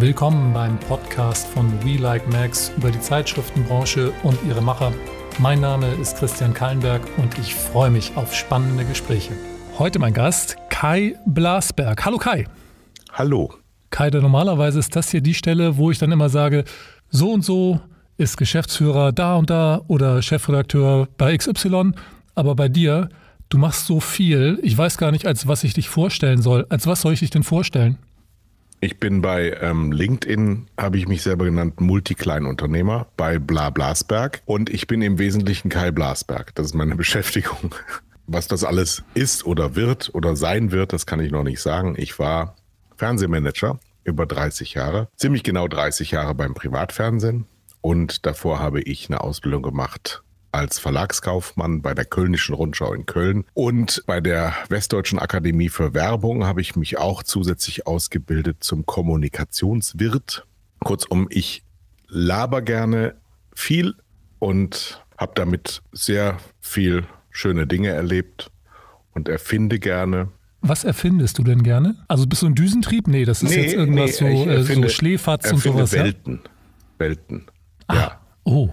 Willkommen beim Podcast von We Like Macs über die Zeitschriftenbranche und ihre Macher. Mein Name ist Christian Kallenberg und ich freue mich auf spannende Gespräche. Heute mein Gast Kai Blasberg. Hallo Kai. Hallo. Kai, normalerweise ist das hier die Stelle, wo ich dann immer sage, so und so ist Geschäftsführer da und da oder Chefredakteur bei XY. Aber bei dir, du machst so viel, ich weiß gar nicht, als was ich dich vorstellen soll. Als was soll ich dich denn vorstellen? Ich bin bei LinkedIn, habe ich mich selber genannt, Multikleinunternehmer bei Blasberg. Und ich bin im Wesentlichen Kai Blasberg. Das ist meine Beschäftigung. Was das alles ist oder wird oder sein wird, das kann ich noch nicht sagen. Ich war Fernsehmanager über 30 Jahre, ziemlich genau 30 Jahre beim Privatfernsehen. Und davor habe ich eine Ausbildung gemacht als Verlagskaufmann bei der Kölnischen Rundschau in Köln. Und bei der Westdeutschen Akademie für Werbung habe ich mich auch zusätzlich ausgebildet zum Kommunikationswirt. Kurzum, ich laber gerne viel und habe damit sehr viel schöne Dinge erlebt und erfinde gerne. Was erfindest du denn gerne? Also bist du ein Düsentrieb? Nee, das ist jetzt irgendwas so Schläferz und sowas. Welten. Ah. Ja. Oh.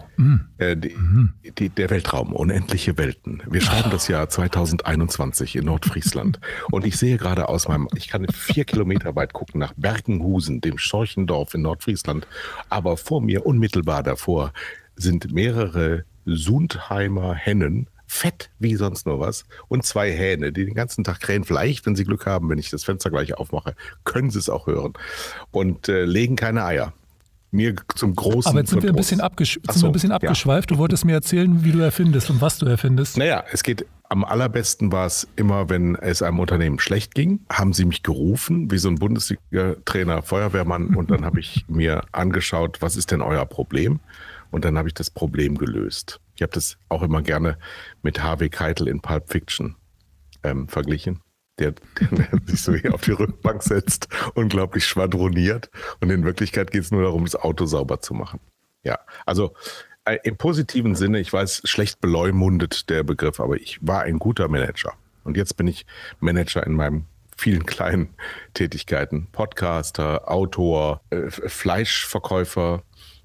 Der Weltraum, unendliche Welten. Wir schreiben das Jahr 2021 in Nordfriesland. Und ich sehe gerade ich kann 4 Kilometer weit gucken nach Bergenhusen, dem Schorchendorf in Nordfriesland. Aber vor mir, unmittelbar davor, sind mehrere Sundheimer Hennen, fett wie sonst nur was, und 2 Hähne, die den ganzen Tag krähen. Vielleicht, wenn sie Glück haben, wenn ich das Fenster gleich aufmache, können sie es auch hören. Und legen keine Eier. Mir zum großen Aber jetzt sind wir ein bisschen abgeschweift. Du wolltest mir erzählen, wie du erfindest und was du erfindest. Naja, am allerbesten war es immer, wenn es einem Unternehmen schlecht ging, haben sie mich gerufen, wie so ein Bundesliga-Trainer, Feuerwehrmann, und dann habe ich mir angeschaut, was ist denn euer Problem? Und dann habe ich das Problem gelöst. Ich habe das auch immer gerne mit Harvey Keitel in Pulp Fiction verglichen. Der sich so hier auf die Rückbank setzt, unglaublich schwadroniert. Und in Wirklichkeit geht es nur darum, das Auto sauber zu machen. Ja, also im positiven Sinne, ich weiß, schlecht beleumundet der Begriff, aber ich war ein guter Manager. Und jetzt bin ich Manager in meinen vielen kleinen Tätigkeiten. Podcaster, Autor, Fleischverkäufer,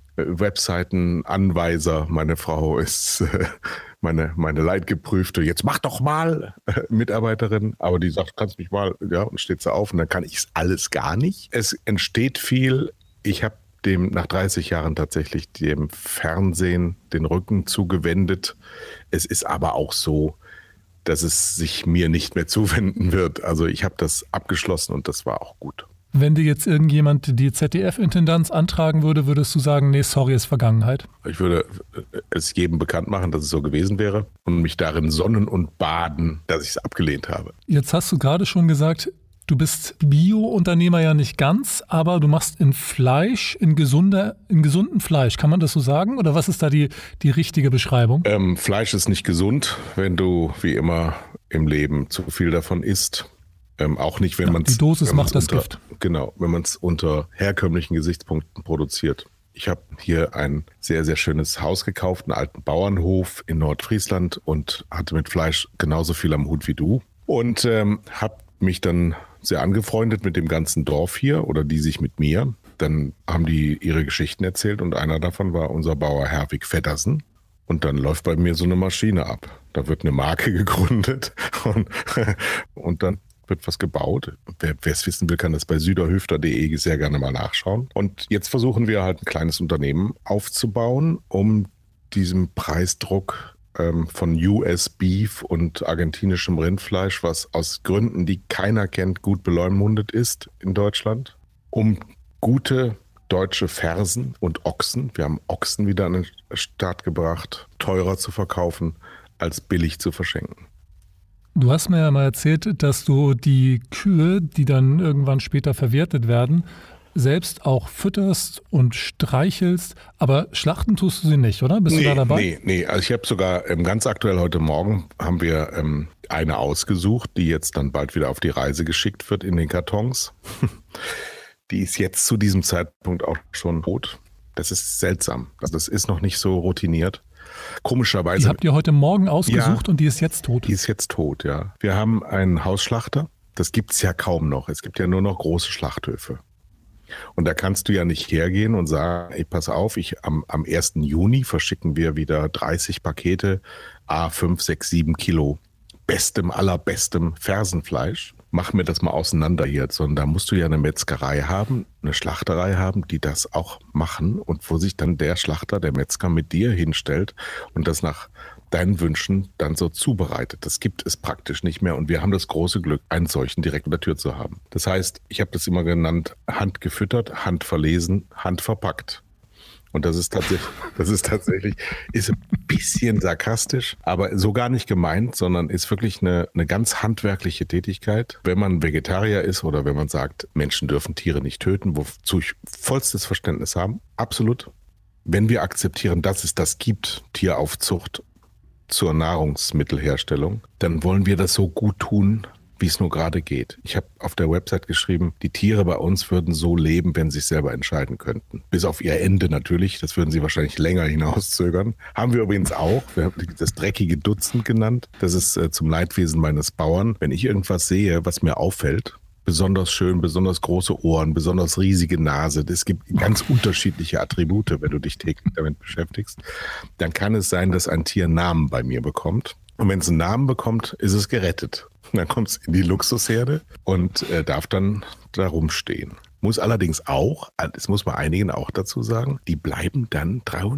Webseitenanweiser. Meine Frau ist meine leidgeprüfte, jetzt mach doch mal Mitarbeiterin, aber die sagt, kannst mich mal, ja, und steht so auf und dann kann ich es alles gar nicht. Es entsteht viel. Ich habe nach 30 Jahren tatsächlich dem Fernsehen den Rücken zugewendet. Es ist aber auch so, dass es sich mir nicht mehr zuwenden wird. Also ich habe das abgeschlossen und das war auch gut. Wenn dir jetzt irgendjemand die ZDF-Intendanz antragen würde, würdest du sagen, nee, sorry, ist Vergangenheit? Ich würde es jedem bekannt machen, dass es so gewesen wäre und mich darin sonnen und baden, dass ich es abgelehnt habe. Jetzt hast du gerade schon gesagt, du bist Bio-Unternehmer ja nicht ganz, aber du machst in gesunden Fleisch. Kann man das so sagen? Oder was ist da die richtige Beschreibung? Fleisch ist nicht gesund, wenn du wie immer im Leben zu viel davon isst. Auch nicht, wenn man es... Die Dosis macht das Gift. Genau, wenn man es unter herkömmlichen Gesichtspunkten produziert. Ich habe hier ein sehr, sehr schönes Haus gekauft, einen alten Bauernhof in Nordfriesland und hatte mit Fleisch genauso viel am Hut wie du. Und habe mich dann sehr angefreundet mit dem ganzen Dorf hier oder die sich mit mir. Dann haben die ihre Geschichten erzählt und einer davon war unser Bauer Herwig Vettersen. Und dann läuft bei mir so eine Maschine ab. Da wird eine Marke gegründet und dann wird was gebaut. Wer es wissen will, kann das bei süderhöfter.de sehr gerne mal nachschauen. Und jetzt versuchen wir halt ein kleines Unternehmen aufzubauen, um diesem Preisdruck von US Beef und argentinischem Rindfleisch, was aus Gründen, die keiner kennt, gut beleumundet ist in Deutschland, um gute deutsche Fersen und Ochsen, wir haben Ochsen wieder an den Start gebracht, teurer zu verkaufen, als billig zu verschenken. Du hast mir ja mal erzählt, dass du die Kühe, die dann irgendwann später verwertet werden, selbst auch fütterst und streichelst, aber schlachten tust du sie nicht, oder? Bist du da dabei? Nee. Also ich habe sogar ganz aktuell heute Morgen haben wir eine ausgesucht, die jetzt dann bald wieder auf die Reise geschickt wird in den Kartons. Die ist jetzt zu diesem Zeitpunkt auch schon tot. Das ist seltsam. Also das ist noch nicht so routiniert. Komischerweise. Die habt ihr heute Morgen ausgesucht, ja, und die ist jetzt tot? Die ist jetzt tot, ja. Wir haben einen Hausschlachter. Das gibt es ja kaum noch. Es gibt ja nur noch große Schlachthöfe. Und da kannst du ja nicht hergehen und sagen, ey, pass auf, am 1. Juni verschicken wir wieder 30 Pakete, 5, 6, 7 Kilo allerbestem Fersenfleisch. Mach mir das mal auseinander hier, sondern da musst du ja eine Metzgerei haben, eine Schlachterei haben, die das auch machen und wo sich dann der Schlachter, der Metzger mit dir hinstellt und das nach deinen Wünschen dann so zubereitet. Das gibt es praktisch nicht mehr und wir haben das große Glück, einen solchen direkt an der Tür zu haben. Das heißt, ich habe das immer genannt, handgefüttert, handverlesen, handverpackt. Und das ist tatsächlich, ist ein bisschen sarkastisch, aber so gar nicht gemeint, sondern ist wirklich eine ganz handwerkliche Tätigkeit. Wenn man Vegetarier ist oder wenn man sagt, Menschen dürfen Tiere nicht töten, wozu ich vollstes Verständnis habe, absolut. Wenn wir akzeptieren, dass es das gibt, Tieraufzucht zur Nahrungsmittelherstellung, dann wollen wir das so gut tun, wie es nur gerade geht. Ich habe auf der Website geschrieben, die Tiere bei uns würden so leben, wenn sie sich selber entscheiden könnten. Bis auf ihr Ende natürlich, das würden sie wahrscheinlich länger hinauszögern. Haben wir übrigens auch, wir haben das dreckige Dutzend genannt. Das ist zum Leidwesen meines Bauern. Wenn ich irgendwas sehe, was mir auffällt, besonders schön, besonders große Ohren, besonders riesige Nase. Es gibt ganz unterschiedliche Attribute, wenn du dich täglich damit beschäftigst. Dann kann es sein, dass ein Tier einen Namen bei mir bekommt. Und wenn es einen Namen bekommt, ist es gerettet. Dann kommt es in die Luxusherde und darf dann da rumstehen. Muss allerdings auch, das muss man einigen auch dazu sagen, die bleiben dann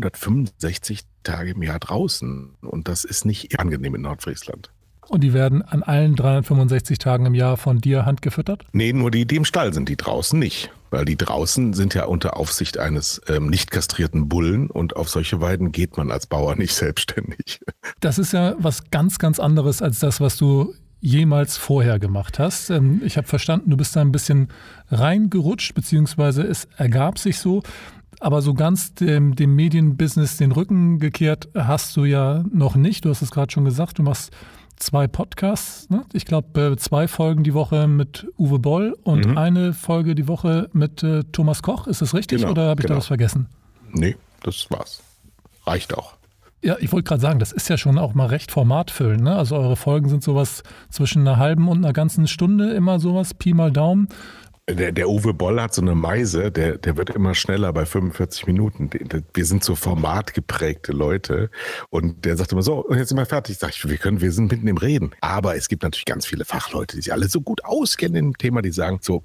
365 Tage im Jahr draußen. Und das ist nicht angenehm in Nordfriesland. Und die werden an allen 365 Tagen im Jahr von dir handgefüttert? Nee, nur die im Stall sind, die draußen nicht. Weil die draußen sind ja unter Aufsicht eines nicht kastrierten Bullen und auf solche Weiden geht man als Bauer nicht selbstständig. Das ist ja was ganz, ganz anderes als das, was du jemals vorher gemacht hast. Ich habe verstanden, du bist da ein bisschen reingerutscht, beziehungsweise es ergab sich so. Aber so ganz dem Medienbusiness den Rücken gekehrt hast du ja noch nicht. Du hast es gerade schon gesagt, du machst 2 Podcasts, ne? Ich glaube 2 Folgen die Woche mit Uwe Boll und eine Folge die Woche mit Thomas Koch. Ist das richtig oder habe ich da was vergessen? Nee, das war's. Reicht auch. Ja, ich wollte gerade sagen, das ist ja schon auch mal recht formatfüllend, ne? Also eure Folgen sind sowas zwischen einer halben und einer ganzen Stunde, immer sowas, Pi mal Daumen. Der Uwe Boll hat so eine Meise, der wird immer schneller bei 45 Minuten. Wir sind so formatgeprägte Leute und der sagt immer so, jetzt sind wir fertig. Sag ich, wir sind mitten im Reden. Aber es gibt natürlich ganz viele Fachleute, die sich alle so gut auskennen im Thema, die sagen, so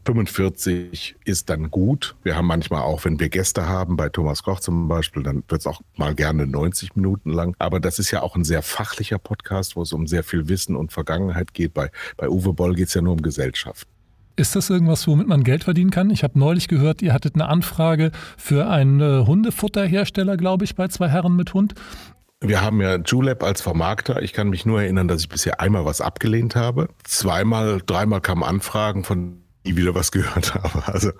45 ist dann gut. Wir haben manchmal auch, wenn wir Gäste haben, bei Thomas Koch zum Beispiel, dann wird es auch mal gerne 90 Minuten lang. Aber das ist ja auch ein sehr fachlicher Podcast, wo es um sehr viel Wissen und Vergangenheit geht. Bei Uwe Boll geht es ja nur um Gesellschaft. Ist das irgendwas, womit man Geld verdienen kann? Ich habe neulich gehört, ihr hattet eine Anfrage für einen Hundefutterhersteller, glaube ich, bei 2 Herren mit Hund. Wir haben ja Julep als Vermarkter. Ich kann mich nur erinnern, dass ich bisher einmal was abgelehnt habe. 2-mal, 3-mal kamen Anfragen, von nie wieder was gehört habe. Also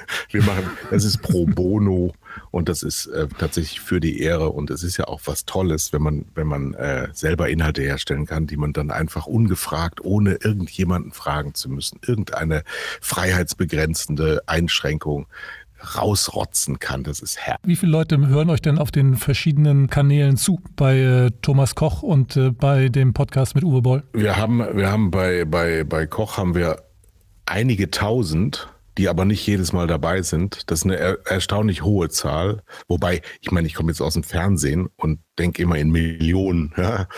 das ist pro bono und das ist tatsächlich für die Ehre und es ist ja auch was Tolles, wenn man selber Inhalte herstellen kann, die man dann einfach ungefragt, ohne irgendjemanden fragen zu müssen, irgendeine freiheitsbegrenzende Einschränkung rausrotzen kann. Das ist herrlich. Wie viele Leute hören euch denn auf den verschiedenen Kanälen zu? Bei Thomas Koch und bei dem Podcast mit Uwe Boll? Wir haben bei Koch haben wir einige tausend, die aber nicht jedes Mal dabei sind. Das ist eine erstaunlich hohe Zahl. Wobei, ich komme jetzt aus dem Fernsehen und denke immer in Millionen. Ja?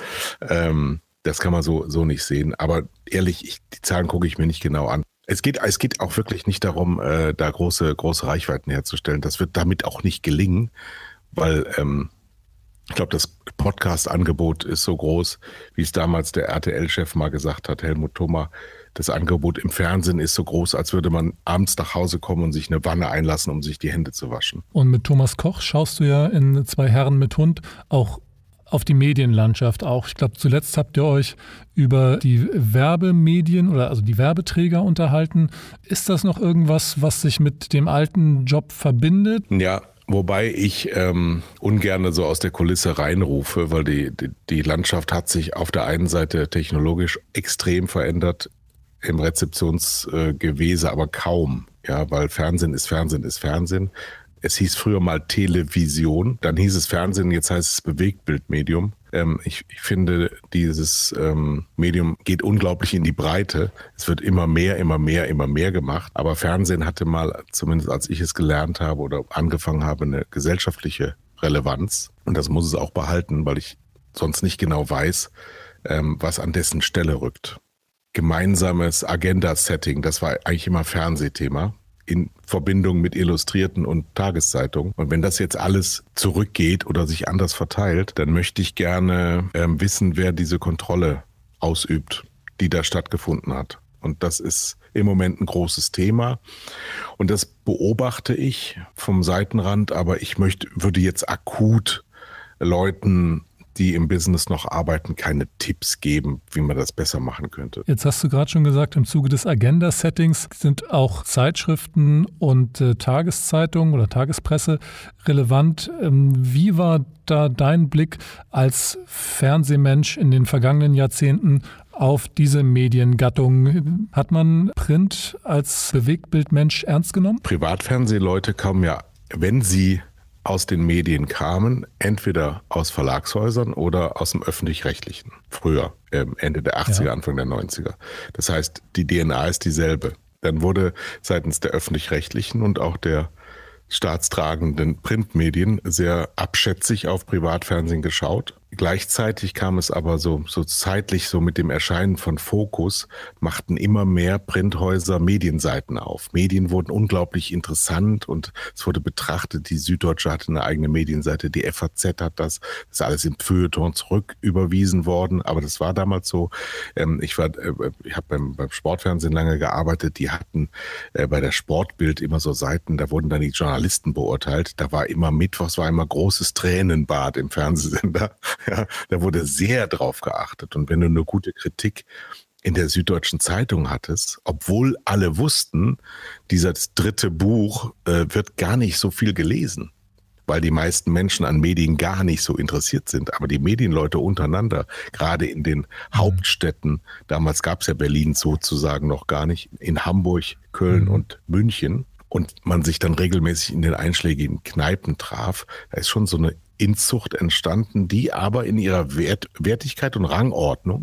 Das kann man so nicht sehen. Aber ehrlich, die Zahlen gucke ich mir nicht genau an. Es geht auch wirklich nicht darum, da große Reichweiten herzustellen. Das wird damit auch nicht gelingen, weil ich glaube, das Podcast-Angebot ist so groß, wie es damals der RTL-Chef mal gesagt hat, Helmut Thoma. Das Angebot im Fernsehen ist so groß, als würde man abends nach Hause kommen und sich eine Wanne einlassen, um sich die Hände zu waschen. Und mit Thomas Koch schaust du ja in 2 Herren mit Hund auch auf die Medienlandschaft auch. Ich glaube, zuletzt habt ihr euch über die Werbemedien oder also die Werbeträger unterhalten. Ist das noch irgendwas, was sich mit dem alten Job verbindet? Ja, wobei ich ungerne so aus der Kulisse reinrufe, weil die Landschaft hat sich auf der einen Seite technologisch extrem verändert, im Rezeptionsgewese aber kaum. Ja, weil Fernsehen ist Fernsehen ist Fernsehen. Es hieß früher mal Television, dann hieß es Fernsehen, jetzt heißt es Bewegtbildmedium. Ich finde, dieses Medium geht unglaublich in die Breite. Es wird immer mehr gemacht. Aber Fernsehen hatte mal, zumindest als ich es gelernt habe oder angefangen habe, eine gesellschaftliche Relevanz. Und das muss es auch behalten, weil ich sonst nicht genau weiß, was an dessen Stelle rückt. Gemeinsames Agenda-Setting, das war eigentlich immer Fernsehthema in Verbindung mit Illustrierten und Tageszeitungen. Und wenn das jetzt alles zurückgeht oder sich anders verteilt, dann möchte ich gerne wissen, wer diese Kontrolle ausübt, die da stattgefunden hat. Und das ist im Moment ein großes Thema. Und das beobachte ich vom Seitenrand, aber würde jetzt akut Leuten, die im Business noch arbeiten, keine Tipps geben, wie man das besser machen könnte. Jetzt hast du gerade schon gesagt, im Zuge des Agenda-Settings sind auch Zeitschriften und Tageszeitungen oder Tagespresse relevant. Wie war da dein Blick als Fernsehmensch in den vergangenen Jahrzehnten auf diese Mediengattung? Hat man Print als Bewegtbildmensch ernst genommen? Privatfernsehleute kamen ja, wenn sie aus den Medien kamen, entweder aus Verlagshäusern oder aus dem Öffentlich-Rechtlichen. Früher, Ende der 80er, Anfang der 90er. Das heißt, die DNA ist dieselbe. Dann wurde seitens der Öffentlich-Rechtlichen und auch der staatstragenden Printmedien sehr abschätzig auf Privatfernsehen geschaut. Gleichzeitig kam es aber so zeitlich, so mit dem Erscheinen von Focus, machten immer mehr Printhäuser Medienseiten auf. Medien wurden unglaublich interessant und es wurde betrachtet, die Süddeutsche hatte eine eigene Medienseite, die FAZ hat das ist alles im Feuilleton zurück überwiesen worden, aber das war damals so. Ich habe beim Sportfernsehen lange gearbeitet, die hatten bei der Sportbild immer so Seiten, da wurden dann die Journalisten beurteilt, da war immer mittwochs, war immer großes Tränenbad im Fernsehsender. Ja, da wurde sehr drauf geachtet. Und wenn du eine gute Kritik in der Süddeutschen Zeitung hattest, obwohl alle wussten, dieses dritte Buch wird gar nicht so viel gelesen, weil die meisten Menschen an Medien gar nicht so interessiert sind. Aber die Medienleute untereinander, gerade in den Hauptstädten, damals gab es ja Berlin sozusagen noch gar nicht, in Hamburg, Köln und München, und man sich dann regelmäßig in den einschlägigen Kneipen traf, da ist schon so eine Inzucht entstanden, die aber in ihrer Wertigkeit und Rangordnung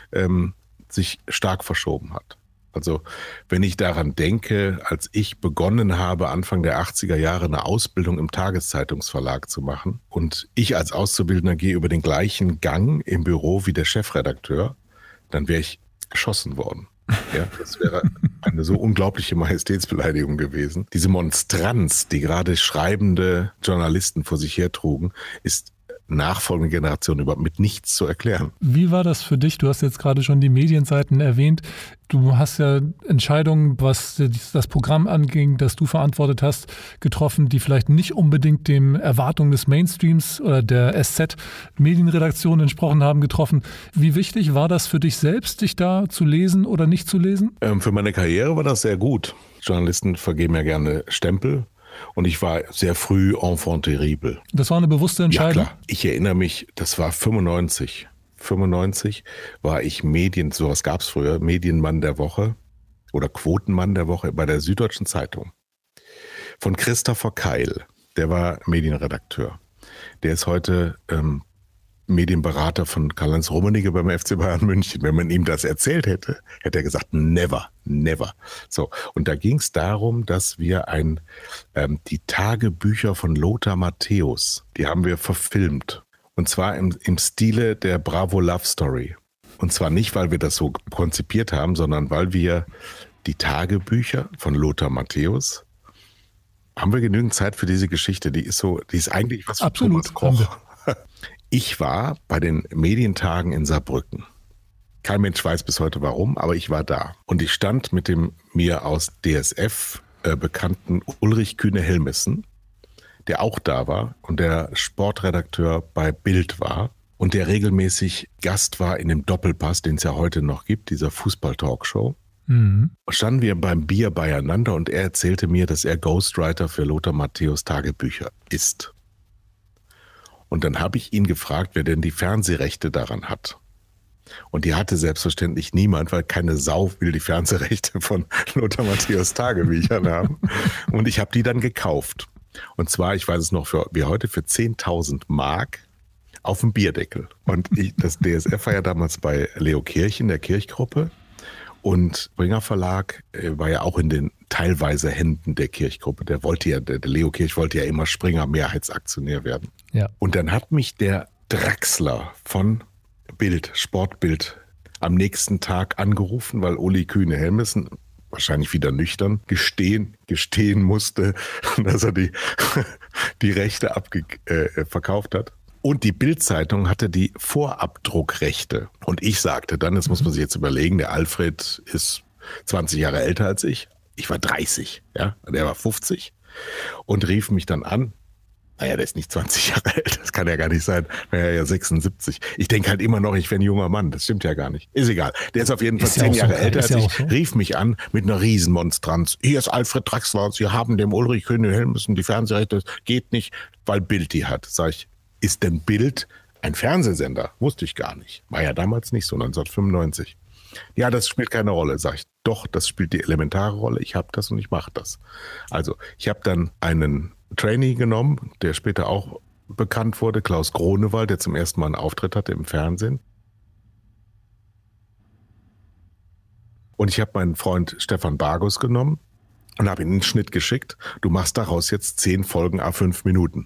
sich stark verschoben hat. Also wenn ich daran denke, als ich begonnen habe, Anfang der 80er Jahre eine Ausbildung im Tageszeitungsverlag zu machen und ich als Auszubildender gehe über den gleichen Gang im Büro wie der Chefredakteur, dann wäre ich erschossen worden. Ja, das wäre eine so unglaubliche Majestätsbeleidigung gewesen. Diese Monstranz, die gerade schreibende Journalisten vor sich hertrugen, ist nachfolgende Generation überhaupt mit nichts zu erklären. Wie war das für dich? Du hast jetzt gerade schon die Medienseiten erwähnt. Du hast ja Entscheidungen, was das Programm anging, das du verantwortet hast, getroffen, die vielleicht nicht unbedingt den Erwartungen des Mainstreams oder der SZ-Medienredaktion entsprochen haben, getroffen. Wie wichtig war das für dich selbst, dich da zu lesen oder nicht zu lesen? Für meine Karriere war das sehr gut. Journalisten vergeben ja gerne Stempel. Und ich war sehr früh enfant terrible. Das war eine bewusste Entscheidung? Ja, klar. Ich erinnere mich, das war 95. 95 war ich sowas gab es früher, Medienmann der Woche oder Quotenmann der Woche bei der Süddeutschen Zeitung. Von Christopher Keil, der war Medienredakteur. Der ist heute Medienberater von Karl-Heinz Rummenigge beim FC Bayern München. Wenn man ihm das erzählt hätte, hätte er gesagt, never. So, und da ging es darum, dass wir die Tagebücher von Lothar Matthäus, die haben wir verfilmt. Und zwar im Stile der Bravo Love Story. Und zwar nicht, weil wir das so konzipiert haben, sondern weil wir die Tagebücher von Lothar Matthäus, haben wir genügend Zeit für diese Geschichte? Die ist eigentlich was für Absolut, Thomas Koch. Ich war bei den Medientagen in Saarbrücken. Kein Mensch weiß bis heute warum, aber ich war da. Und ich stand mit dem mir aus DSF bekannten Ulrich Kühne-Helmesen, der auch da war und der Sportredakteur bei Bild war und der regelmäßig Gast war in dem Doppelpass, den es ja heute noch gibt, dieser Fußball-Talkshow. Standen wir beim Bier beieinander und er erzählte mir, dass er Ghostwriter für Lothar Matthäus Tagebücher ist. Und dann habe ich ihn gefragt, wer denn die Fernsehrechte daran hat. Und die hatte selbstverständlich niemand, weil keine Sau will die Fernsehrechte von Lothar Matthäus Tagebüchern haben. Und ich habe die dann gekauft. Und zwar, ich weiß es noch wie heute, für 10.000 Mark auf dem Bierdeckel. Und das DSF war ja damals bei Leo Kirch in der Kirchgruppe. Und Springer Verlag war ja auch in den teilweise Händen der Kirchgruppe. Der Leo Kirch wollte ja immer Springer Mehrheitsaktionär werden. Ja. Und dann hat mich der Draxler von Sportbild, am nächsten Tag angerufen, weil Uli Kühne-Helmesen, wahrscheinlich wieder nüchtern, gestehen musste, dass er die Rechte verkauft hat. Und die Bild-Zeitung hatte die Vorabdruckrechte. Und ich sagte dann, das muss man sich jetzt überlegen, der Alfred ist 20 Jahre älter als ich. Ich war 30, ja, und er war 50 und rief mich dann an. Naja, der ist nicht 20 Jahre alt, das kann ja gar nicht sein. Wäre ja 76. Ich denke halt immer noch, ich wäre ein junger Mann. Das stimmt ja gar nicht. Ist egal. Der ist auf jeden Fall 10 Jahre älter als ich. Rief mich an mit einer Riesenmonstranz. Hier ist Alfred Draxler. Sie haben dem Ulrich Kühne-Helmesen die Fernsehrechte. Das geht nicht, weil Bild die hat. Sag ich, ist denn Bild ein Fernsehsender? Wusste ich gar nicht. War ja damals nicht so, 1995. Ja, das spielt keine Rolle. Sag ich, doch, das spielt die elementare Rolle. Ich habe das und ich mache das. Also, ich habe dann einen Trainee genommen, der später auch bekannt wurde, Klaus Gronewald, der zum ersten Mal einen Auftritt hatte im Fernsehen. Und ich habe meinen Freund Stefan Bargus genommen und habe ihn in den Schnitt geschickt. Du machst daraus jetzt 10 Folgen à 5 Minuten.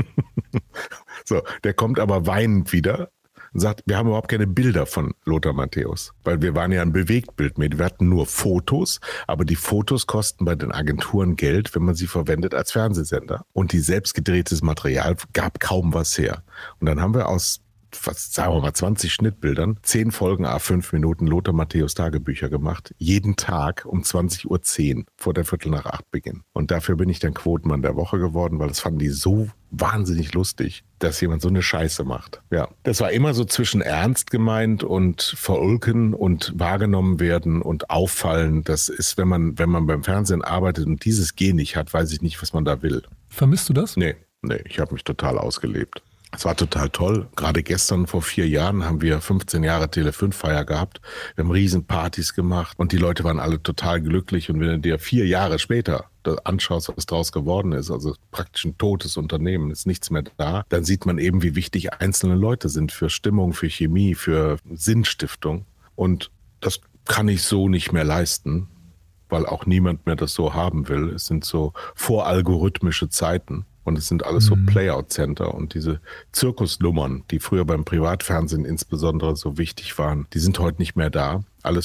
So, der kommt aber weinend wieder und sagt, wir haben überhaupt keine Bilder von Lothar Matthäus, weil wir waren ja ein Bewegtbildmedium. Wir hatten nur Fotos, aber die Fotos kosten bei den Agenturen Geld, wenn man sie verwendet als Fernsehsender. Und die selbstgedrehtes Material gab kaum was her. Und dann haben wir aus, sagen wir mal, 20 Schnittbildern 10 Folgen à 5 Minuten Lothar Matthäus Tagebücher gemacht. Jeden Tag um 20:10 Uhr vor der 7:45 Beginn. Und dafür bin ich dann Quotenmann der Woche geworden, weil das fanden die so wahnsinnig lustig, dass jemand so eine Scheiße macht. Ja, das war immer so zwischen ernst gemeint und verulken und wahrgenommen werden und auffallen. Das ist, wenn man beim Fernsehen arbeitet und dieses Gen nicht hat, weiß ich nicht, was man da will. Vermisst du das? Nee, ich habe mich total ausgelebt. Es war total toll. Gerade gestern, vor 4 Jahren, haben wir 15 Jahre Tele5-Feier gehabt. Wir haben riesen Partys gemacht und die Leute waren alle total glücklich. Und wenn du dir 4 Jahre später anschaust, was draus geworden ist, also praktisch ein totes Unternehmen, ist nichts mehr da, dann sieht man eben, wie wichtig einzelne Leute sind für Stimmung, für Chemie, für Sinnstiftung. Und das kann ich so nicht mehr leisten, weil auch niemand mehr das so haben will. Es sind so voralgorithmische Zeiten. Und es sind alles so Playout-Center und diese Zirkusnummern, die früher beim Privatfernsehen insbesondere so wichtig waren, die sind heute nicht mehr da.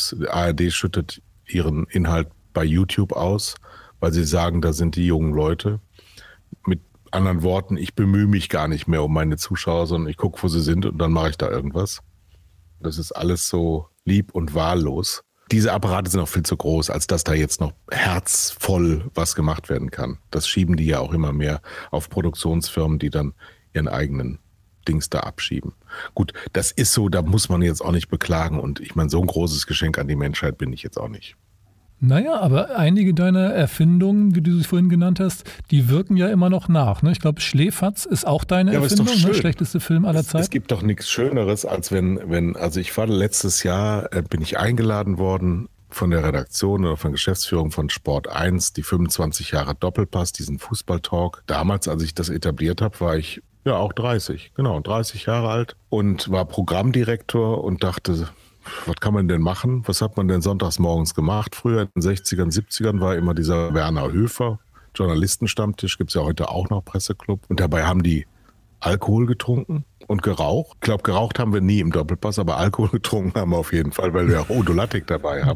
ARD schüttet ihren Inhalt bei YouTube aus, weil sie sagen, da sind die jungen Leute. Mit anderen Worten, ich bemühe mich gar nicht mehr um meine Zuschauer, sondern ich gucke, wo sie sind und dann mache ich da irgendwas. Das ist alles so lieb und wahllos. Diese Apparate sind auch viel zu groß, als dass da jetzt noch herzvoll was gemacht werden kann. Das schieben die ja auch immer mehr auf Produktionsfirmen, die dann ihren eigenen Dings da abschieben. Gut, das ist so, da muss man jetzt auch nicht beklagen. Und ich meine, so ein großes Geschenk an die Menschheit bin ich jetzt auch nicht. Naja, aber einige deiner Erfindungen, wie du sie vorhin genannt hast, die wirken ja immer noch nach. Ne? Ich glaube, Schläferz ist auch deine Erfindung, ist doch schön. Schlechteste Film aller Zeiten. Es gibt doch nichts Schöneres, als also ich war letztes Jahr, bin ich eingeladen worden von der Redaktion oder von Geschäftsführung von Sport 1, die 25 Jahre Doppelpass, diesen Fußballtalk. Damals, als ich das etabliert habe, war ich ja auch 30 Jahre alt und war Programmdirektor und dachte, was kann man denn machen? Was hat man denn sonntags morgens gemacht? Früher in den 60ern, 70ern war immer dieser Werner Höfer, Journalistenstammtisch, gibt es ja heute auch noch, Presseclub. Und dabei haben die Alkohol getrunken und geraucht. Ich glaube, geraucht haben wir nie im Doppelpass, aber Alkohol getrunken haben wir auf jeden Fall, weil wir auch Odolatic dabei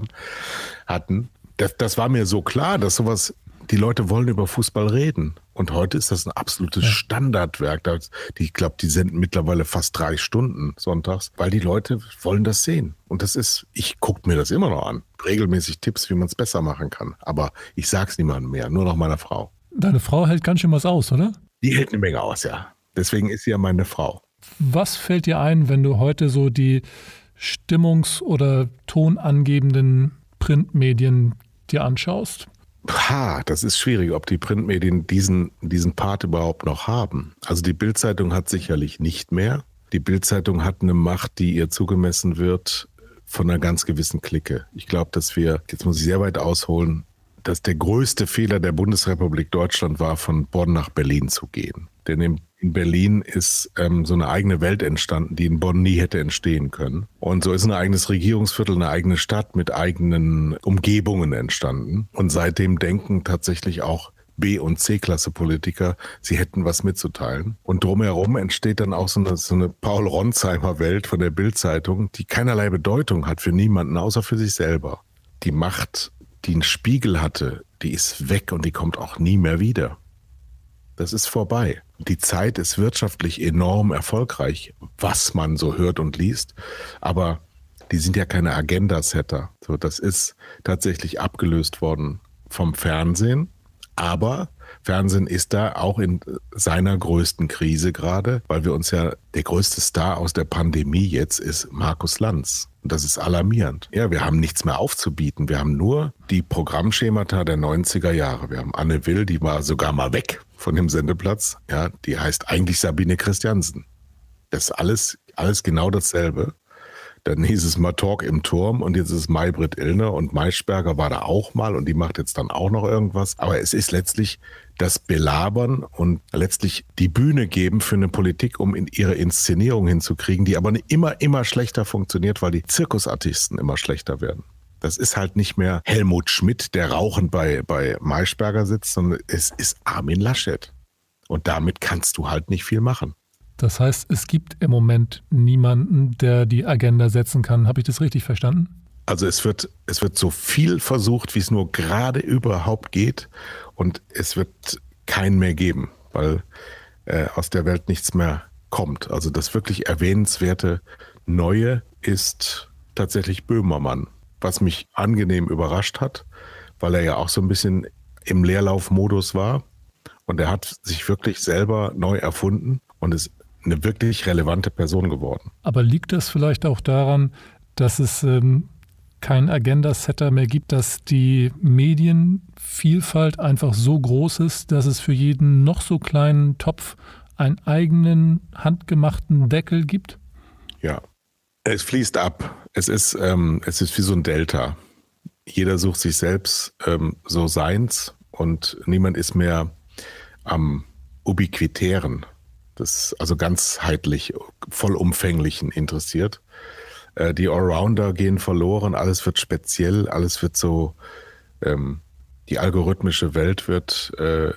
hatten. Das war mir so klar, dass sowas, die Leute wollen über Fußball reden. Und heute ist das ein absolutes Standardwerk. Ich glaube, die senden mittlerweile fast 3 Stunden sonntags, weil die Leute wollen das sehen. Und ich gucke mir das immer noch an. Regelmäßig Tipps, wie man es besser machen kann. Aber ich sag's niemandem mehr, nur noch meiner Frau. Deine Frau hält ganz schön was aus, oder? Die hält eine Menge aus, ja. Deswegen ist sie ja meine Frau. Was fällt dir ein, wenn du heute so die stimmungs- oder tonangebenden Printmedien dir anschaust? Das ist schwierig, ob die Printmedien diesen Part überhaupt noch haben. Also die Bild-Zeitung hat sicherlich nicht mehr. Die Bild-Zeitung hat eine Macht, die ihr zugemessen wird von einer ganz gewissen Clique. Ich glaube, jetzt muss ich sehr weit ausholen, dass der größte Fehler der Bundesrepublik Deutschland war, von Bonn nach Berlin zu gehen. Denn in In Berlin ist so eine eigene Welt entstanden, die in Bonn nie hätte entstehen können. Und so ist ein eigenes Regierungsviertel, eine eigene Stadt mit eigenen Umgebungen entstanden. Und seitdem denken tatsächlich auch B- und C-Klasse-Politiker, sie hätten was mitzuteilen. Und drumherum entsteht dann auch so eine Paul Ronsheimer-Welt von der Bild-Zeitung, die keinerlei Bedeutung hat für niemanden, außer für sich selber. Die Macht, die einen Spiegel hatte, die ist weg und die kommt auch nie mehr wieder. Das ist vorbei. Die Zeit ist wirtschaftlich enorm erfolgreich, was man so hört und liest. Aber die sind ja keine Agenda-Setter. So, das ist tatsächlich abgelöst worden vom Fernsehen. Aber Fernsehen ist da auch in seiner größten Krise gerade, weil wir uns ja, der größte Star aus der Pandemie jetzt ist Markus Lanz. Und das ist alarmierend. Ja, wir haben nichts mehr aufzubieten. Wir haben nur die Programmschemata der 90er Jahre. Wir haben Anne Will, die war sogar mal weg von dem Sendeplatz. Ja, die heißt eigentlich Sabine Christiansen. Das ist alles genau dasselbe. Dann hieß es mal Talk im Turm und jetzt ist es Maybrit Illner und Maischberger war da auch mal und die macht jetzt dann auch noch irgendwas. Aber es ist letztlich das Belabern und letztlich die Bühne geben für eine Politik, um in ihre Inszenierung hinzukriegen, die aber immer schlechter funktioniert, weil die Zirkusartisten immer schlechter werden. Das ist halt nicht mehr Helmut Schmidt, der rauchend bei Maischberger sitzt, sondern es ist Armin Laschet. Und damit kannst du halt nicht viel machen. Das heißt, es gibt im Moment niemanden, der die Agenda setzen kann. Habe ich das richtig verstanden? Also es wird so viel versucht, wie es nur gerade überhaupt geht. Und es wird keinen mehr geben, weil aus der Welt nichts mehr kommt. Also das wirklich erwähnenswerte Neue ist tatsächlich Böhmermann, was mich angenehm überrascht hat, weil er ja auch so ein bisschen im Leerlaufmodus war. Und er hat sich wirklich selber neu erfunden und ist eine wirklich relevante Person geworden. Aber liegt das vielleicht auch daran, dass es keinen Agenda-Setter mehr gibt, dass die Medienvielfalt einfach so groß ist, dass es für jeden noch so kleinen Topf einen eigenen handgemachten Deckel gibt? Ja, es fließt ab. Es ist wie so ein Delta. Jeder sucht sich selbst so seins und niemand ist mehr am Ubiquitären. Das also ganzheitlich, vollumfänglichen interessiert. Die Allrounder gehen verloren, alles wird speziell, alles wird so, die algorithmische Welt wird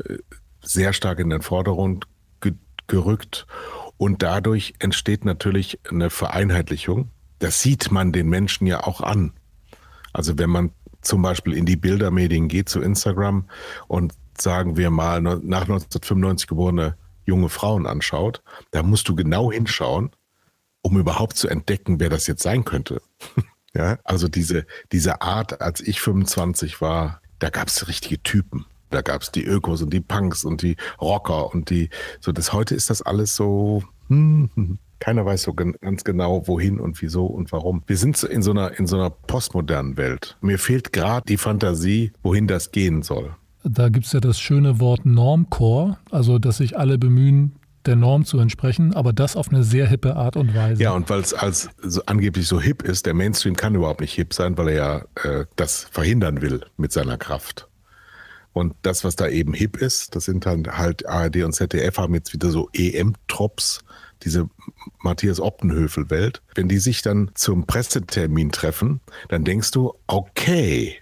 sehr stark in den Vordergrund gerückt und dadurch entsteht natürlich eine Vereinheitlichung. Das sieht man den Menschen ja auch an. Also wenn man zum Beispiel in die Bildermedien geht, zu Instagram und sagen wir mal nach 1995 geborene junge Frauen anschaut, da musst du genau hinschauen, um überhaupt zu entdecken, wer das jetzt sein könnte. Ja, also diese Art, als ich 25 war, da gab es richtige Typen. Da gab es die Ökos und die Punks und die Rocker und heute ist das alles so, keiner weiß so ganz genau, wohin und wieso und warum. Wir sind in so einer postmodernen Welt. Mir fehlt gerade die Fantasie, wohin das gehen soll. Da gibt es ja das schöne Wort Normcore, also dass sich alle bemühen, der Norm zu entsprechen, aber das auf eine sehr hippe Art und Weise. Ja, und weil es als so angeblich so hip ist, der Mainstream kann überhaupt nicht hip sein, weil er ja das verhindern will mit seiner Kraft. Und das, was da eben hip ist, das sind dann halt ARD und ZDF haben jetzt wieder so EM-Trops, diese Matthias Optenhöfel-Welt. Wenn die sich dann zum Pressetermin treffen, dann denkst du, okay,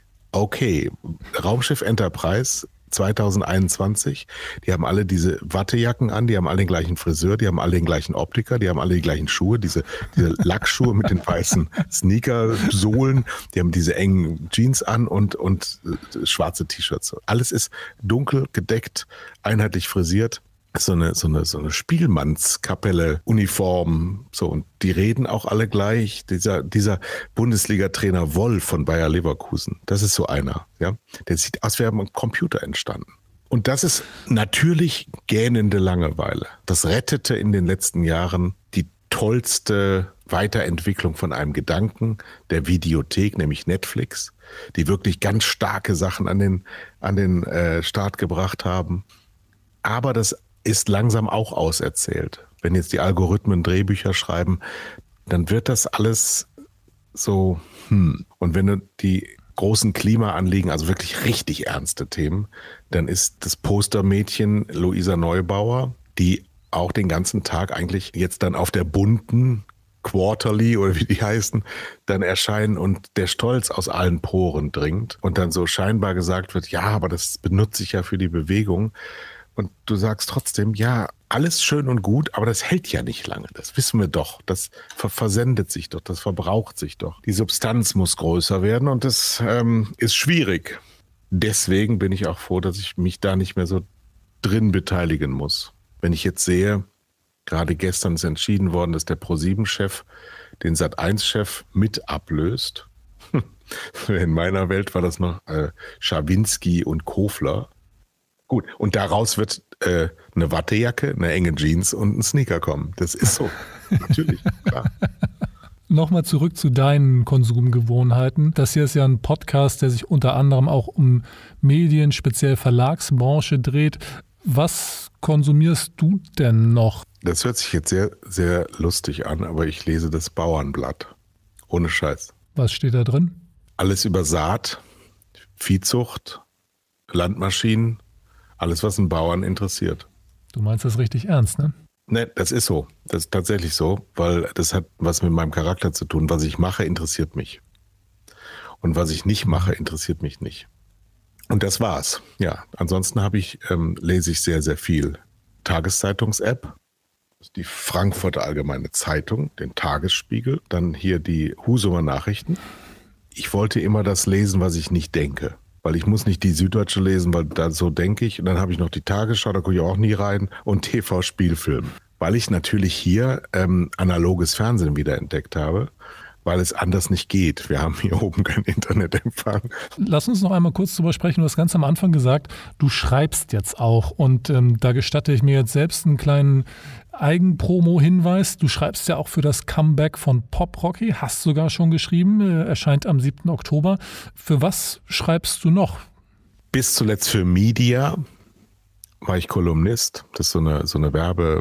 Raumschiff Enterprise 2021, die haben alle diese Wattejacken an, die haben alle den gleichen Friseur, die haben alle den gleichen Optiker, die haben alle die gleichen Schuhe, diese Lackschuhe mit den weißen Sneaker-Sohlen, die haben diese engen Jeans an und schwarze T-Shirts. Alles ist dunkel, gedeckt, einheitlich frisiert. So eine Spielmannskapelle, Uniform, so, und die reden auch alle gleich. Dieser Bundesliga-Trainer Woll von Bayer Leverkusen, das ist so einer, ja. Der sieht aus, als wäre am Computer entstanden. Und das ist natürlich gähnende Langeweile. Das rettete in den letzten Jahren die tollste Weiterentwicklung von einem Gedanken, der Videothek, nämlich Netflix, die wirklich ganz starke Sachen an den Start gebracht haben. Aber das ist langsam auch auserzählt. Wenn jetzt die Algorithmen Drehbücher schreiben, dann wird das alles so, Und wenn du die großen Klimaanliegen, also wirklich richtig ernste Themen, dann ist das Postermädchen Luisa Neubauer, die auch den ganzen Tag eigentlich jetzt dann auf der bunten Quarterly oder wie die heißen, dann erscheinen und der Stolz aus allen Poren dringt und dann so scheinbar gesagt wird, ja, aber das benutze ich ja für die Bewegung. Und du sagst trotzdem, ja, alles schön und gut, aber das hält ja nicht lange. Das wissen wir doch. Das versendet sich doch, das verbraucht sich doch. Die Substanz muss größer werden und das ist schwierig. Deswegen bin ich auch froh, dass ich mich da nicht mehr so drin beteiligen muss. Wenn ich jetzt sehe, gerade gestern ist entschieden worden, dass der Pro7-Chef den Sat.1-Chef mit ablöst. In meiner Welt war das noch Schawinski und Kofler. Gut, und daraus wird eine Wattejacke, eine enge Jeans und ein Sneaker kommen. Das ist so, natürlich, klar. Nochmal zurück zu deinen Konsumgewohnheiten. Das hier ist ja ein Podcast, der sich unter anderem auch um Medien, speziell Verlagsbranche dreht. Was konsumierst du denn noch? Das hört sich jetzt sehr, sehr lustig an, aber ich lese das Bauernblatt. Ohne Scheiß. Was steht da drin? Alles über Saat, Viehzucht, Landmaschinen, alles, was einen Bauern interessiert. Du meinst das richtig ernst, ne? Ne, das ist so. Das ist tatsächlich so, weil das hat was mit meinem Charakter zu tun. Was ich mache, interessiert mich. Und was ich nicht mache, interessiert mich nicht. Und das war's. Ja, ansonsten lese ich sehr, sehr viel Tageszeitungs-App. Das ist die Frankfurter Allgemeine Zeitung, den Tagesspiegel, dann hier die Husumer Nachrichten. Ich wollte immer das lesen, was ich nicht denke. Weil ich muss nicht die Süddeutsche lesen, weil da so denke ich. Und dann habe ich noch die Tagesschau, da gucke ich auch nie rein. Und TV-Spielfilm. Weil ich natürlich hier analoges Fernsehen wiederentdeckt habe, weil es anders nicht geht. Wir haben hier oben keinen Internetempfang. Lass uns noch einmal kurz drüber sprechen. Du hast ganz am Anfang gesagt, du schreibst jetzt auch. Und da gestatte ich mir jetzt selbst einen kleinen Eigenpromo-Hinweis. Du schreibst ja auch für das Comeback von Pop Rocky, hast sogar schon geschrieben, erscheint am 7. Oktober. Für was schreibst du noch? Bis zuletzt für Media war ich Kolumnist. Das ist so eine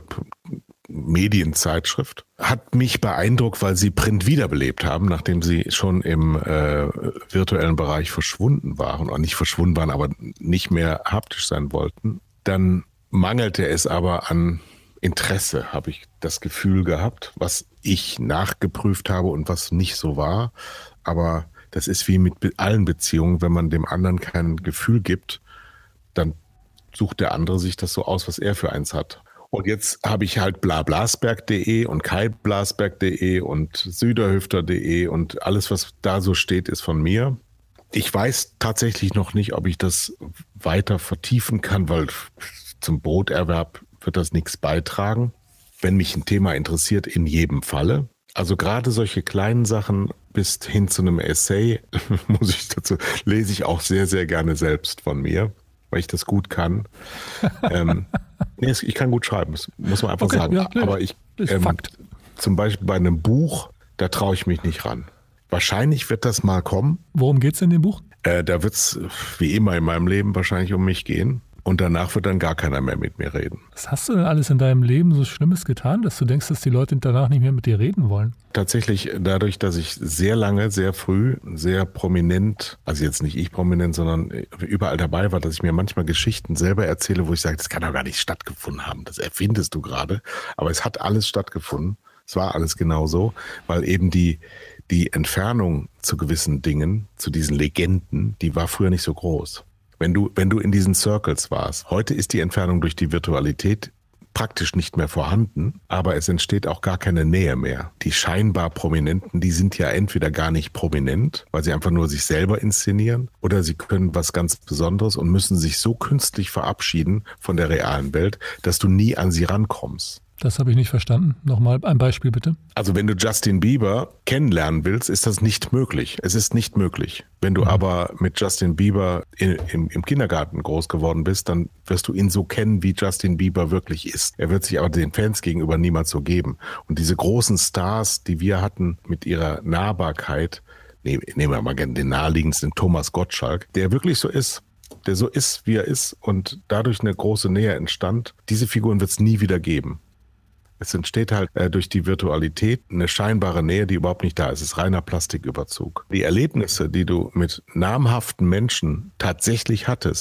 Werbemedienzeitschrift. Hat mich beeindruckt, weil sie Print wiederbelebt haben, nachdem sie schon im virtuellen Bereich verschwunden waren. Oder nicht verschwunden waren, aber nicht mehr haptisch sein wollten. Dann mangelte es aber an Interesse, habe ich das Gefühl gehabt, was ich nachgeprüft habe und was nicht so war. Aber das ist wie mit allen Beziehungen, wenn man dem anderen kein Gefühl gibt, dann sucht der andere sich das so aus, was er für eins hat. Und jetzt habe ich halt blablasberg.de und kaiblasberg.de und süderhüfter.de und alles, was da so steht, ist von mir. Ich weiß tatsächlich noch nicht, ob ich das weiter vertiefen kann, weil zum Broterwerb wird das nichts beitragen. Wenn mich ein Thema interessiert, in jedem Falle. Also gerade solche kleinen Sachen bis hin zu einem Essay, lese ich auch sehr, sehr gerne selbst von mir, weil ich das gut kann. Ich kann gut schreiben, das muss man einfach sagen. Ja, aber zum Beispiel bei einem Buch, da traue ich mich nicht ran. Wahrscheinlich wird das mal kommen. Worum geht es in dem Buch? Da wird es wie immer in meinem Leben wahrscheinlich um mich gehen. Und danach wird dann gar keiner mehr mit mir reden. Was hast du denn alles in deinem Leben so Schlimmes getan, dass du denkst, dass die Leute danach nicht mehr mit dir reden wollen? Tatsächlich dadurch, dass ich sehr lange, sehr früh, sehr prominent, also jetzt nicht ich prominent, sondern überall dabei war, dass ich mir manchmal Geschichten selber erzähle, wo ich sage, das kann doch gar nicht stattgefunden haben. Das erfindest du gerade. Aber es hat alles stattgefunden. Es war alles genau so, weil eben die Entfernung zu gewissen Dingen, zu diesen Legenden, die war früher nicht so groß. Wenn du in diesen Circles warst, heute ist die Entfernung durch die Virtualität praktisch nicht mehr vorhanden, aber es entsteht auch gar keine Nähe mehr. Die scheinbar Prominenten, die sind ja entweder gar nicht prominent, weil sie einfach nur sich selber inszenieren, oder sie können was ganz Besonderes und müssen sich so künstlich verabschieden von der realen Welt, dass du nie an sie rankommst. Das habe ich nicht verstanden. Nochmal ein Beispiel bitte. Also wenn du Justin Bieber kennenlernen willst, ist das nicht möglich. Es ist nicht möglich. Wenn du aber mit Justin Bieber im Kindergarten groß geworden bist, dann wirst du ihn so kennen, wie Justin Bieber wirklich ist. Er wird sich aber den Fans gegenüber niemals so geben. Und diese großen Stars, die wir hatten mit ihrer Nahbarkeit, nehmen wir mal gerne den naheliegendsten Thomas Gottschalk, der wirklich so ist. Der so ist, wie er ist und dadurch eine große Nähe entstand. Diese Figuren wird es nie wieder geben. Es entsteht halt durch die Virtualität eine scheinbare Nähe, die überhaupt nicht da ist. Es ist reiner Plastiküberzug. Die Erlebnisse, die du mit namhaften Menschen tatsächlich hattest,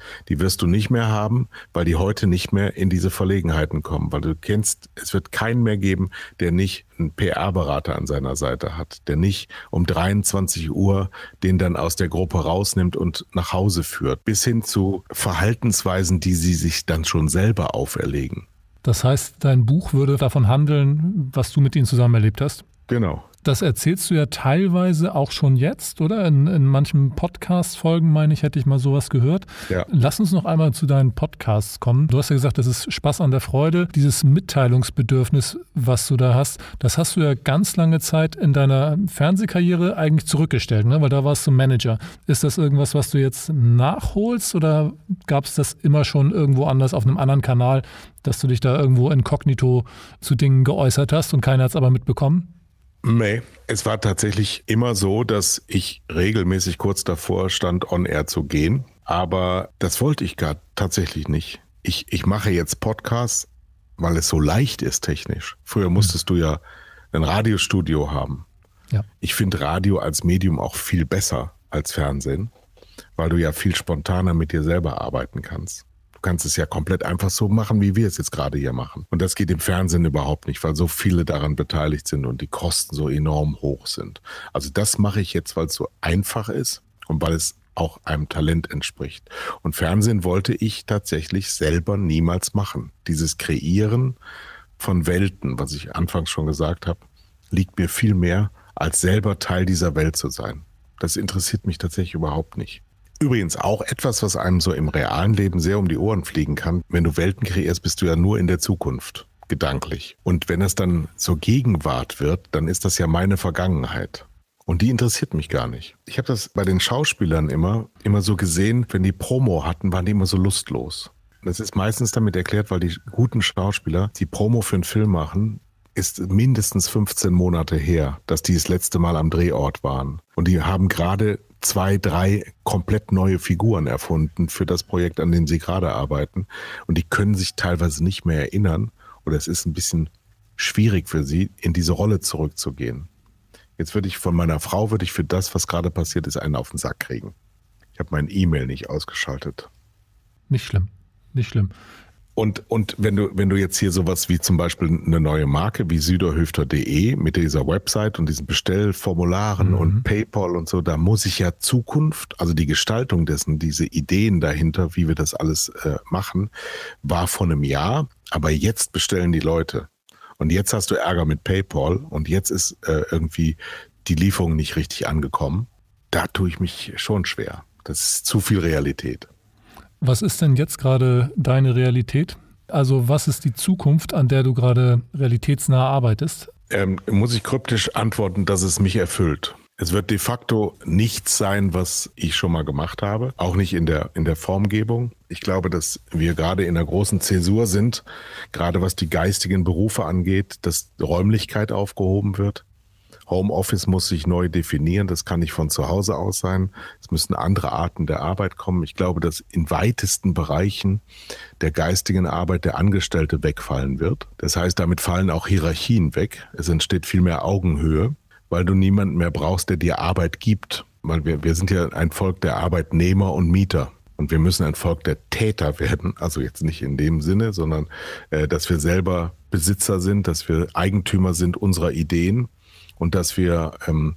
Die wirst du nicht mehr haben, weil die heute nicht mehr in diese Verlegenheiten kommen. Weil du kennst, es wird keinen mehr geben, der nicht einen PR-Berater an seiner Seite hat, der nicht um 23 Uhr den dann aus der Gruppe rausnimmt und nach Hause führt. Bis hin zu Verhaltensweisen, die sie sich dann schon selber auferlegen. Das heißt, dein Buch würde davon handeln, was du mit ihnen zusammen erlebt hast? Genau. Das erzählst du ja teilweise auch schon jetzt, oder? In manchen Podcast-Folgen, meine ich, hätte ich mal sowas gehört. Ja. Lass uns noch einmal zu deinen Podcasts kommen. Du hast ja gesagt, das ist Spaß an der Freude. Dieses Mitteilungsbedürfnis, was du da hast, das hast du ja ganz lange Zeit in deiner Fernsehkarriere eigentlich zurückgestellt, ne? Weil da warst du Manager. Ist das irgendwas, was du jetzt nachholst, oder gab es das immer schon irgendwo anders auf einem anderen Kanal, dass du dich da irgendwo inkognito zu Dingen geäußert hast und keiner hat es aber mitbekommen? Nee, es war tatsächlich immer so, dass ich regelmäßig kurz davor stand, on air zu gehen. Aber das wollte ich gar tatsächlich nicht. Ich mache jetzt Podcasts, weil es so leicht ist technisch. Früher musstest du ja ein Radiostudio haben. Ja. Ich finde Radio als Medium auch viel besser als Fernsehen, weil du ja viel spontaner mit dir selber arbeiten kannst. Du kannst es ja komplett einfach so machen, wie wir es jetzt gerade hier machen. Und das geht im Fernsehen überhaupt nicht, weil so viele daran beteiligt sind und die Kosten so enorm hoch sind. Also das mache ich jetzt, weil es so einfach ist und weil es auch einem Talent entspricht. Und Fernsehen wollte ich tatsächlich selber niemals machen. Dieses Kreieren von Welten, was ich anfangs schon gesagt habe, liegt mir viel mehr, als selber Teil dieser Welt zu sein. Das interessiert mich tatsächlich überhaupt nicht. Übrigens auch etwas, was einem so im realen Leben sehr um die Ohren fliegen kann. Wenn du Welten kreierst, bist du ja nur in der Zukunft, gedanklich. Und wenn es dann zur Gegenwart wird, dann ist das ja meine Vergangenheit. Und die interessiert mich gar nicht. Ich habe das bei den Schauspielern immer so gesehen, wenn die Promo hatten, waren die immer so lustlos. Das ist meistens damit erklärt, weil die guten Schauspieler, die Promo für einen Film machen, ist mindestens 15 Monate her, dass die das letzte Mal am Drehort waren. Und die haben gerade 2, 3 komplett neue Figuren erfunden für das Projekt, an dem sie gerade arbeiten. Und die können sich teilweise nicht mehr erinnern. Oder es ist ein bisschen schwierig für sie, in diese Rolle zurückzugehen. Jetzt würde ich von meiner Frau für das, was gerade passiert ist, einen auf den Sack kriegen. Ich habe mein E-Mail nicht ausgeschaltet. Nicht schlimm, nicht schlimm. Und wenn du jetzt hier sowas wie zum Beispiel eine neue Marke wie Süderhöfter.de mit dieser Website und diesen Bestellformularen und PayPal und so, da muss ich ja Zukunft, also die Gestaltung dessen, diese Ideen dahinter, wie wir das alles machen, war vor einem Jahr, aber jetzt bestellen die Leute. Und jetzt hast du Ärger mit PayPal und jetzt ist irgendwie die Lieferung nicht richtig angekommen. Da tue ich mich schon schwer. Das ist zu viel Realität. Was ist denn jetzt gerade deine Realität? Also was ist die Zukunft, an der du gerade realitätsnah arbeitest? Muss ich kryptisch antworten, dass es mich erfüllt. Es wird de facto nichts sein, was ich schon mal gemacht habe, auch nicht in der Formgebung. Ich glaube, dass wir gerade in einer großen Zäsur sind, gerade was die geistigen Berufe angeht, dass Räumlichkeit aufgehoben wird. Homeoffice muss sich neu definieren, das kann nicht von zu Hause aus sein. Es müssen andere Arten der Arbeit kommen. Ich glaube, dass in weitesten Bereichen der geistigen Arbeit der Angestellte wegfallen wird. Das heißt, damit fallen auch Hierarchien weg. Es entsteht viel mehr Augenhöhe, weil du niemanden mehr brauchst, der dir Arbeit gibt. Weil wir sind ja ein Volk der Arbeitnehmer und Mieter. Und wir müssen ein Volk der Täter werden. Also jetzt nicht in dem Sinne, sondern dass wir selber Besitzer sind, dass wir Eigentümer sind unserer Ideen. Und dass wir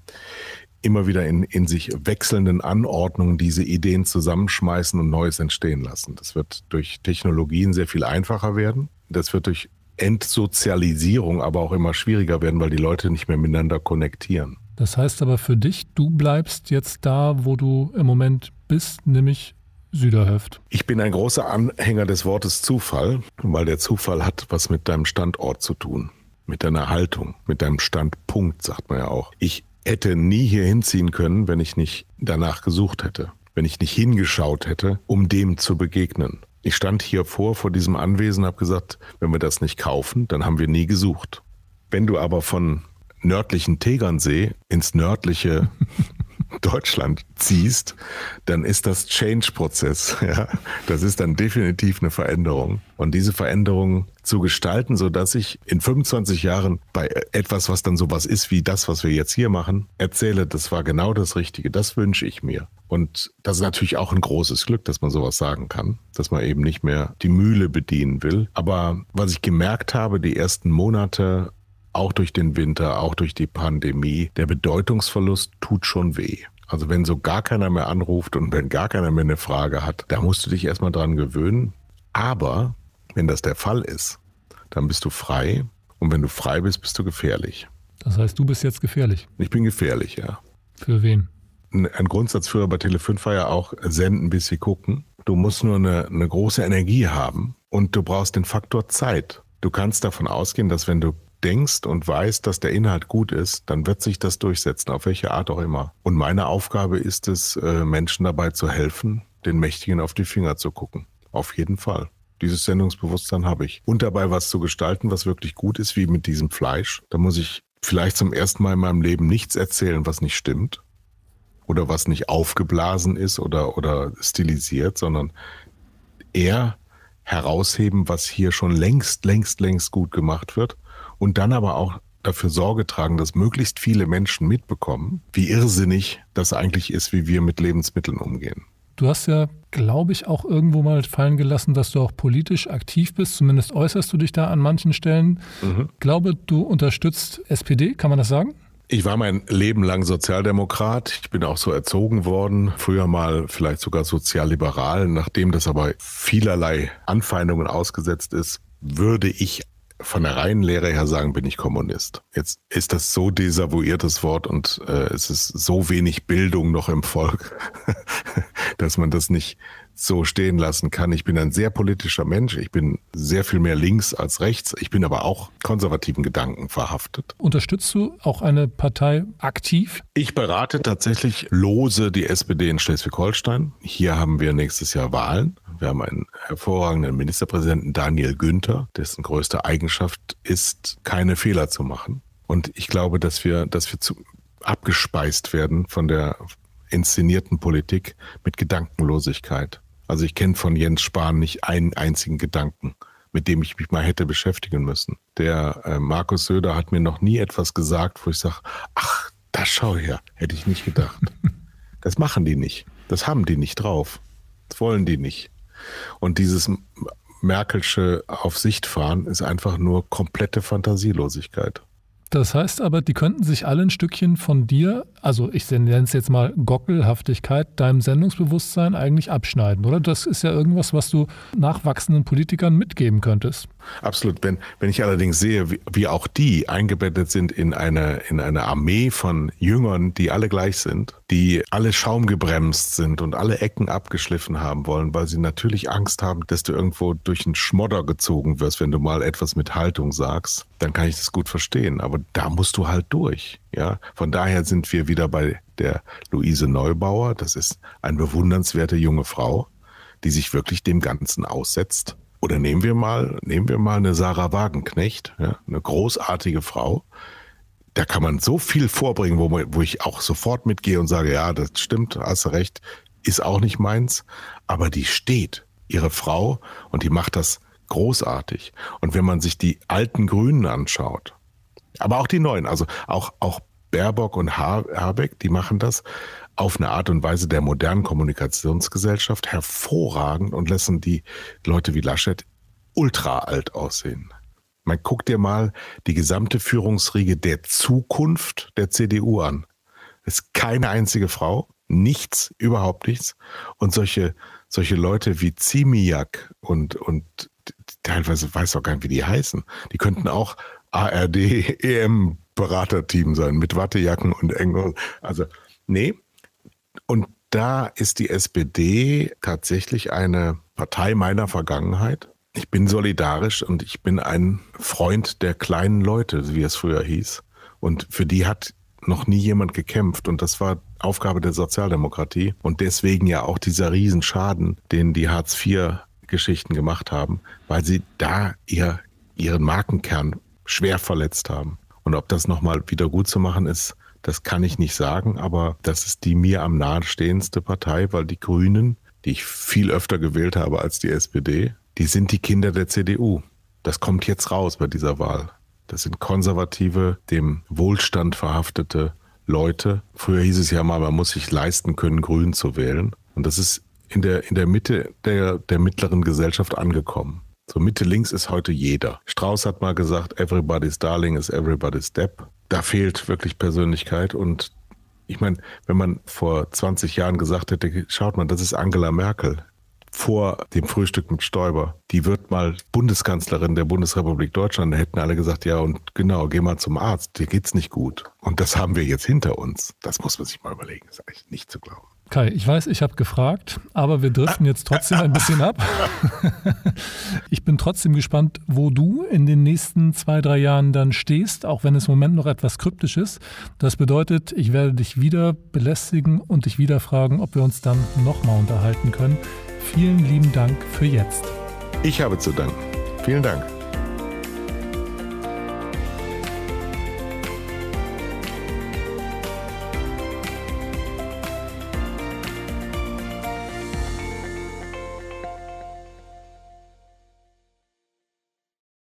immer wieder in sich wechselnden Anordnungen diese Ideen zusammenschmeißen und Neues entstehen lassen. Das wird durch Technologien sehr viel einfacher werden. Das wird durch Entsozialisierung aber auch immer schwieriger werden, weil die Leute nicht mehr miteinander konnektieren. Das heißt aber für dich, du bleibst jetzt da, wo du im Moment bist, nämlich Süderhöft. Ich bin ein großer Anhänger des Wortes Zufall, weil der Zufall hat was mit deinem Standort zu tun. Mit deiner Haltung, mit deinem Standpunkt, sagt man ja auch. Ich hätte nie hier hinziehen können, wenn ich nicht danach gesucht hätte. Wenn ich nicht hingeschaut hätte, um dem zu begegnen. Ich stand hier vor diesem Anwesen, habe gesagt, wenn wir das nicht kaufen, dann haben wir nie gesucht. Wenn du aber von nördlichen Tegernsee ins nördliche Deutschland ziehst, dann ist das Change-Prozess. Ja? Das ist dann definitiv eine Veränderung. Und diese Veränderung zu gestalten, sodass ich in 25 Jahren bei etwas, was dann sowas ist wie das, was wir jetzt hier machen, erzähle, das war genau das Richtige, das wünsche ich mir. Und das ist natürlich auch ein großes Glück, dass man sowas sagen kann, dass man eben nicht mehr die Mühle bedienen will. Aber was ich gemerkt habe, die ersten Monate, auch durch den Winter, auch durch die Pandemie, der Bedeutungsverlust tut schon weh. Also wenn so gar keiner mehr anruft und wenn gar keiner mehr eine Frage hat, da musst du dich erstmal dran gewöhnen. Aber wenn das der Fall ist, dann bist du frei. Und wenn du frei bist, bist du gefährlich. Das heißt, du bist jetzt gefährlich? Ich bin gefährlich, ja. Für wen? Ein Grundsatz früher bei Tele5 war ja auch senden, bis sie gucken. Du musst nur eine große Energie haben und du brauchst den Faktor Zeit. Du kannst davon ausgehen, dass wenn du denkst und weißt, dass der Inhalt gut ist, dann wird sich das durchsetzen, auf welche Art auch immer. Und meine Aufgabe ist es, Menschen dabei zu helfen, den Mächtigen auf die Finger zu gucken. Auf jeden Fall. Dieses Sendungsbewusstsein habe ich. Und dabei was zu gestalten, was wirklich gut ist, wie mit diesem Fleisch. Da muss ich vielleicht zum ersten Mal in meinem Leben nichts erzählen, was nicht stimmt. Oder was nicht aufgeblasen ist oder stilisiert, sondern eher herausheben, was hier schon längst gut gemacht wird. Und dann aber auch dafür Sorge tragen, dass möglichst viele Menschen mitbekommen, wie irrsinnig das eigentlich ist, wie wir mit Lebensmitteln umgehen. Du hast ja, glaube ich, auch irgendwo mal fallen gelassen, dass du auch politisch aktiv bist. Zumindest äußerst du dich da an manchen Stellen. Ich glaube, du unterstützt SPD, kann man das sagen? Ich war mein Leben lang Sozialdemokrat. Ich bin auch so erzogen worden. Früher mal vielleicht sogar sozialliberal. Nachdem das aber vielerlei Anfeindungen ausgesetzt ist, würde ich von der reinen Lehre her sagen, bin ich Kommunist. Jetzt ist das so desavouiertes Wort und es ist so wenig Bildung noch im Volk, dass man das nicht so stehen lassen kann. Ich bin ein sehr politischer Mensch. Ich bin sehr viel mehr links als rechts. Ich bin aber auch konservativen Gedanken verhaftet. Unterstützt du auch eine Partei aktiv? Ich berate tatsächlich lose die SPD in Schleswig-Holstein. Hier haben wir nächstes Jahr Wahlen. Wir haben einen hervorragenden Ministerpräsidenten, Daniel Günther, dessen größte Eigenschaft ist, keine Fehler zu machen. Und ich glaube, dass wir abgespeist werden von der inszenierten Politik mit Gedankenlosigkeit. Also ich kenne von Jens Spahn nicht einen einzigen Gedanken, mit dem ich mich mal hätte beschäftigen müssen. Der Markus Söder hat mir noch nie etwas gesagt, wo ich sage, ach, da schau her, hätte ich nicht gedacht. Das machen die nicht. Das haben die nicht drauf. Das wollen die nicht. Und dieses Merkelsche auf Sicht fahren ist einfach nur komplette Fantasielosigkeit. Das heißt aber, die könnten sich alle ein Stückchen von dir, also ich nenne es jetzt mal Gockelhaftigkeit, deinem Sendungsbewusstsein eigentlich abschneiden, oder? Das ist ja irgendwas, was du nachwachsenden Politikern mitgeben könntest. Absolut. Wenn ich allerdings sehe, wie auch die eingebettet sind in eine Armee von Jüngern, die alle gleich sind, die alle schaumgebremst sind und alle Ecken abgeschliffen haben wollen, weil sie natürlich Angst haben, dass du irgendwo durch einen Schmodder gezogen wirst, wenn du mal etwas mit Haltung sagst, dann kann ich das gut verstehen. Aber da musst du halt durch. Ja? Von daher sind wir wieder bei der Luise Neubauer. Das ist eine bewundernswerte junge Frau, die sich wirklich dem Ganzen aussetzt. Oder nehmen wir mal eine Sarah Wagenknecht, ja? Eine großartige Frau. Da kann man so viel vorbringen, wo ich auch sofort mitgehe und sage, ja, das stimmt, hast du recht, ist auch nicht meins. Aber die steht, ihre Frau, und die macht das großartig. Und wenn man sich die alten Grünen anschaut, aber auch die neuen, also auch Baerbock und Habeck, die machen das auf eine Art und Weise der modernen Kommunikationsgesellschaft hervorragend und lassen die Leute wie Laschet ultra alt aussehen. Man guckt dir mal die gesamte Führungsriege der Zukunft der CDU an. Es ist keine einzige Frau, nichts, überhaupt nichts. Und solche Leute wie Ziemiak und teilweise weiß auch gar nicht, wie die heißen. Die könnten auch ARD-EM-Beraterteam sein mit Wattejacken und Engel. Also, nee. Und da ist die SPD tatsächlich eine Partei meiner Vergangenheit. Ich bin solidarisch und ich bin ein Freund der kleinen Leute, wie es früher hieß. Und für die hat noch nie jemand gekämpft. Und das war Aufgabe der Sozialdemokratie. Und deswegen ja auch dieser Riesenschaden, den die Hartz-IV-Geschichten gemacht haben, weil sie da ihren Markenkern schwer verletzt haben. Und ob das nochmal wieder gut zu machen ist, Das kann ich nicht sagen, aber das ist die mir am nahestehendste Partei, weil die Grünen, die ich viel öfter gewählt habe als die SPD, die sind die Kinder der CDU. Das kommt jetzt raus bei dieser Wahl. Das sind konservative, dem Wohlstand verhaftete Leute. Früher hieß es ja mal, man muss sich leisten können, Grün zu wählen. Und das ist in der Mitte der mittleren Gesellschaft angekommen. So Mitte links ist heute jeder. Strauß hat mal gesagt, everybody's darling is everybody's Depp. Da fehlt wirklich Persönlichkeit. Und ich meine, wenn man vor 20 Jahren gesagt hätte, schaut mal, das ist Angela Merkel vor dem Frühstück mit Stoiber. Die wird mal Bundeskanzlerin der Bundesrepublik Deutschland. Da hätten alle gesagt, ja und genau, geh mal zum Arzt, dir geht's nicht gut. Und das haben wir jetzt hinter uns. Das muss man sich mal überlegen. Das ist eigentlich nicht zu glauben. Kai, ich weiß, ich habe gefragt, aber wir driften jetzt trotzdem ein bisschen ab. Ich bin trotzdem gespannt, wo du in den nächsten 2-3 Jahren dann stehst, auch wenn es im Moment noch etwas kryptisch ist. Das bedeutet, ich werde dich wieder belästigen und dich wieder fragen, ob wir uns dann nochmal unterhalten können. Vielen lieben Dank für jetzt. Ich habe zu danken. Vielen Dank.